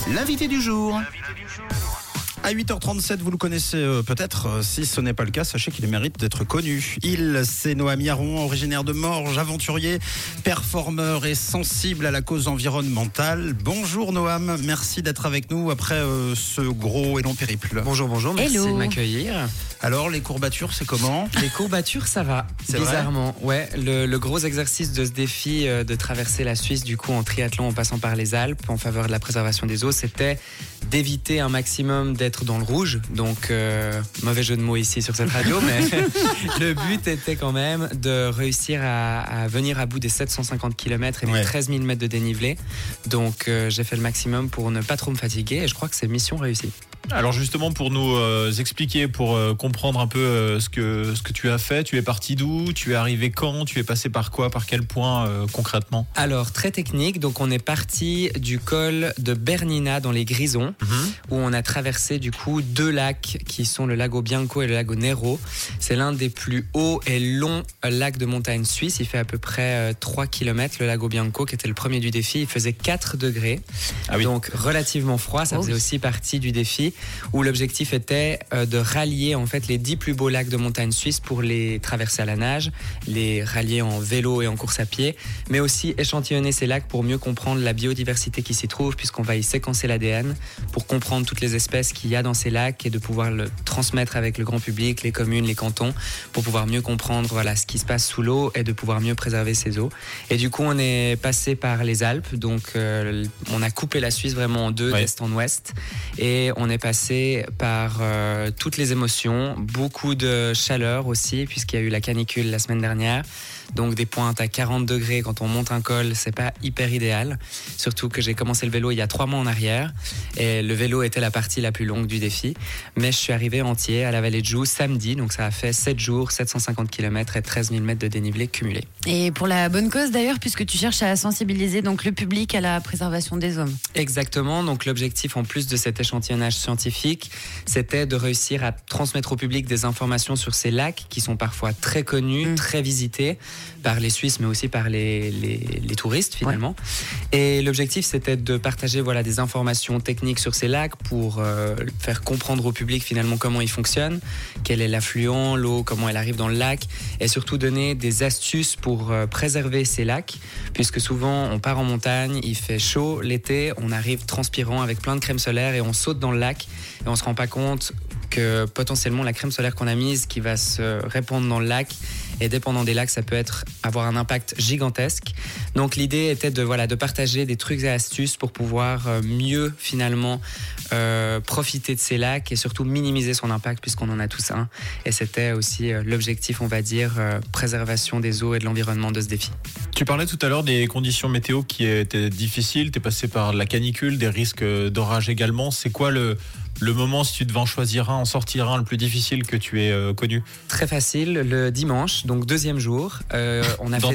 L'invité du jour. À 8h37, vous le connaissez peut-être. Si ce n'est pas le cas, sachez qu'il mérite d'être connu. C'est Noam Yaron, originaire de Morges, aventurier, performeur et sensible à la cause environnementale. Bonjour Noam, merci d'être avec nous après ce gros et long périple. Bonjour, merci Hello. de m'accueillir. Alors, les courbatures, c'est comment ? Les courbatures, ça va, C'est bizarrement. Ouais, le gros exercice de ce défi de traverser la Suisse du coup en triathlon en passant par les Alpes en faveur de la préservation des eaux, c'était d'éviter un maximum d'être dans le rouge. Donc, mauvais jeu de mots ici sur cette radio, mais le but était quand même de réussir à venir à bout des 750 km et des 13 000 mètres de dénivelé. Donc, j'ai fait le maximum pour ne pas trop me fatiguer et je crois que c'est mission réussie. Alors justement, pour nous expliquer, pour comprendre un peu ce que tu as fait, tu es parti d'où ? Tu es arrivé quand ? Tu es passé par quoi ? Par quel point concrètement ? Alors, très technique, donc on est parti du col de Bernina dans les Grisons, où on a traversé du coup deux lacs qui sont le lago Bianco et le lago Nero. C'est l'un des plus hauts et longs lacs de montagne suisse. Il fait à peu près 3 km, le lago Bianco, qui était le premier du défi. Il faisait 4 degrés, donc relativement froid. Ça faisait aussi partie du défi, où l'objectif était de rallier en fait les 10 plus beaux lacs de montagne suisse pour les traverser à la nage, les rallier en vélo et en course à pied, mais aussi échantillonner ces lacs pour mieux comprendre la biodiversité qui s'y trouve, puisqu'on va y séquencer l'ADN pour comprendre toutes les espèces qu'il y a dans ces lacs et de pouvoir le transmettre avec le grand public, les communes, les cantons, pour pouvoir mieux comprendre ce qui se passe sous l'eau et de pouvoir mieux préserver ces eaux. Et du coup, on est passé par les Alpes, donc on a coupé la Suisse vraiment en deux, d'est en ouest, et on est passé par toutes les émotions, beaucoup de chaleur aussi, puisqu'il y a eu la canicule la semaine dernière. Donc des pointes à 40 degrés quand on monte un col, c'est pas hyper idéal. Surtout que j'ai commencé le vélo il y a 3 mois en arrière. Et le vélo était la partie la plus longue du défi. Mais je suis arrivé entier à la vallée de Joux samedi. Donc ça a fait 7 jours, 750 km et 13 000 mètres de dénivelé cumulé. Et pour la bonne cause d'ailleurs, puisque tu cherches à sensibiliser donc le public à la préservation des hommes. Exactement. Donc l'objectif, en plus de cet échantillonnage scientifique, c'était de réussir à transmettre au public des informations sur ces lacs qui sont parfois très connus, très visités par les Suisses, mais aussi par les touristes finalement. Et l'objectif, c'était de partager des informations techniques sur ces lacs pour faire comprendre au public finalement comment ils fonctionnent, quel est l'affluent, l'eau, comment elle arrive dans le lac, et surtout donner des astuces pour préserver ces lacs, puisque souvent on part en montagne, il fait chaud l'été, on arrive transpirant avec plein de crème solaire et on saute dans le lac et on se rend pas compte que potentiellement la crème solaire qu'on a mise qui va se répandre dans le lac, et dépendant des lacs, ça peut avoir un impact gigantesque. Donc l'idée était de partager des trucs et astuces pour pouvoir mieux finalement profiter de ces lacs et surtout minimiser son impact, puisqu'on en a tous un. Et c'était aussi l'objectif, on va dire, préservation des eaux et de l'environnement de ce défi. Tu parlais tout à l'heure des conditions météo qui étaient difficiles. Tu es passé par la canicule, des risques d'orage également. C'est quoi le moment, si tu devais en choisir un, en sortir un, le plus difficile que tu aies connu ? Très facile, le dimanche, donc 2e jour. On a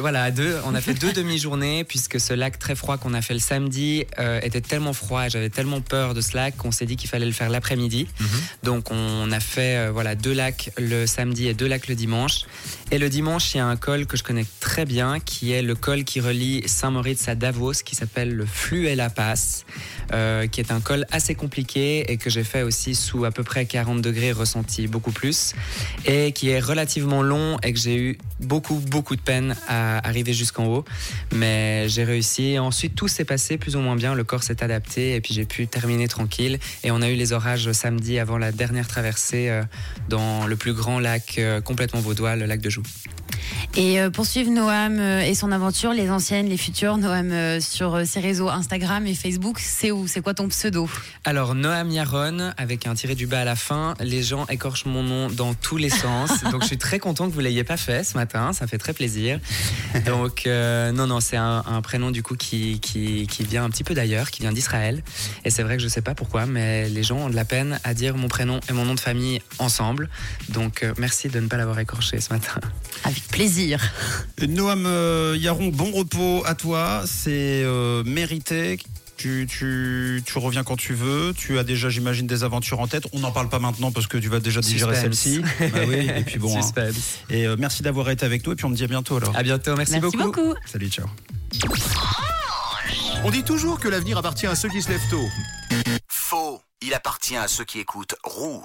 fait deux demi-journées, puisque ce lac très froid qu'on a fait le samedi était tellement froid et j'avais tellement peur de ce lac qu'on s'est dit qu'il fallait le faire l'après-midi. Donc on a fait 2 lacs le samedi et 2 lacs le dimanche. Et le dimanche, il y a un col que je connais très bien, qui est le col qui relie Saint-Moritz à Davos, qui s'appelle le Fluela Pass, qui est un col assez compliqué et que j'ai fait aussi sous à peu près 40 degrés, ressenti beaucoup plus, et qui est relativement long et que j'ai eu beaucoup de peine à arriver jusqu'en haut, mais j'ai réussi. Ensuite, tout s'est passé plus ou moins bien, le corps s'est adapté et puis j'ai pu terminer tranquille, et on a eu les orages samedi avant la dernière traversée dans le plus grand lac complètement vaudois, le lac de Joux. Et pour suivre Noam et son aventure, les anciennes, les futures, Noam sur ses réseaux Instagram et Facebook, c'est où ? C'est quoi ton pseudo ? Alors Noam Yaron avec un tiré du bas à la fin. Les gens écorchent mon nom dans tous les sens, donc je suis très content que vous l'ayez pas fait ce matin, ça fait très plaisir. Donc non, c'est un prénom du coup qui vient un petit peu d'ailleurs, qui vient d'Israël, et c'est vrai que je sais pas pourquoi, mais les gens ont de la peine à dire mon prénom et mon nom de famille ensemble, donc merci de ne pas l'avoir écorché ce matin. Avec plaisir. Noam Yaron, bon repos à toi, c'est mérité. Tu reviens quand tu veux. Tu as déjà, j'imagine, des aventures en tête. On n'en parle pas maintenant parce que tu vas déjà digérer celle-ci. Bah oui, et puis bon. Et merci d'avoir été avec nous. Et puis on te dit à bientôt alors. À bientôt, merci beaucoup. Salut, ciao. On dit toujours que l'avenir appartient à ceux qui se lèvent tôt. Faux. Il appartient à ceux qui écoutent Rouge.